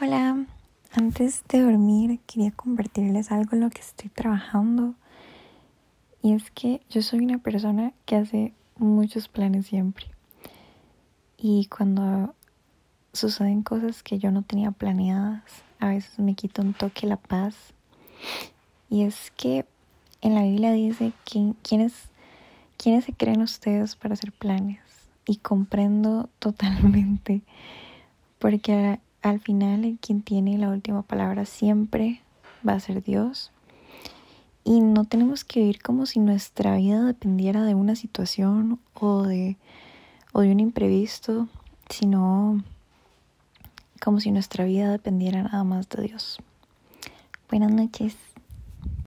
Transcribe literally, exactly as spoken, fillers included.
Hola, antes de dormir quería compartirles algo en lo que estoy trabajando y es que yo soy una persona que hace muchos planes siempre y cuando suceden cosas que yo no tenía planeadas, a veces me quita un toque la paz. Y es que en la Biblia dice que quiénes, quiénes se creen ustedes para hacer planes, y comprendo totalmente porque al final el quien tiene la última palabra siempre va a ser Dios. Y no tenemos que vivir como si nuestra vida dependiera de una situación o de, o de un imprevisto, sino como si nuestra vida dependiera nada más de Dios. Buenas noches.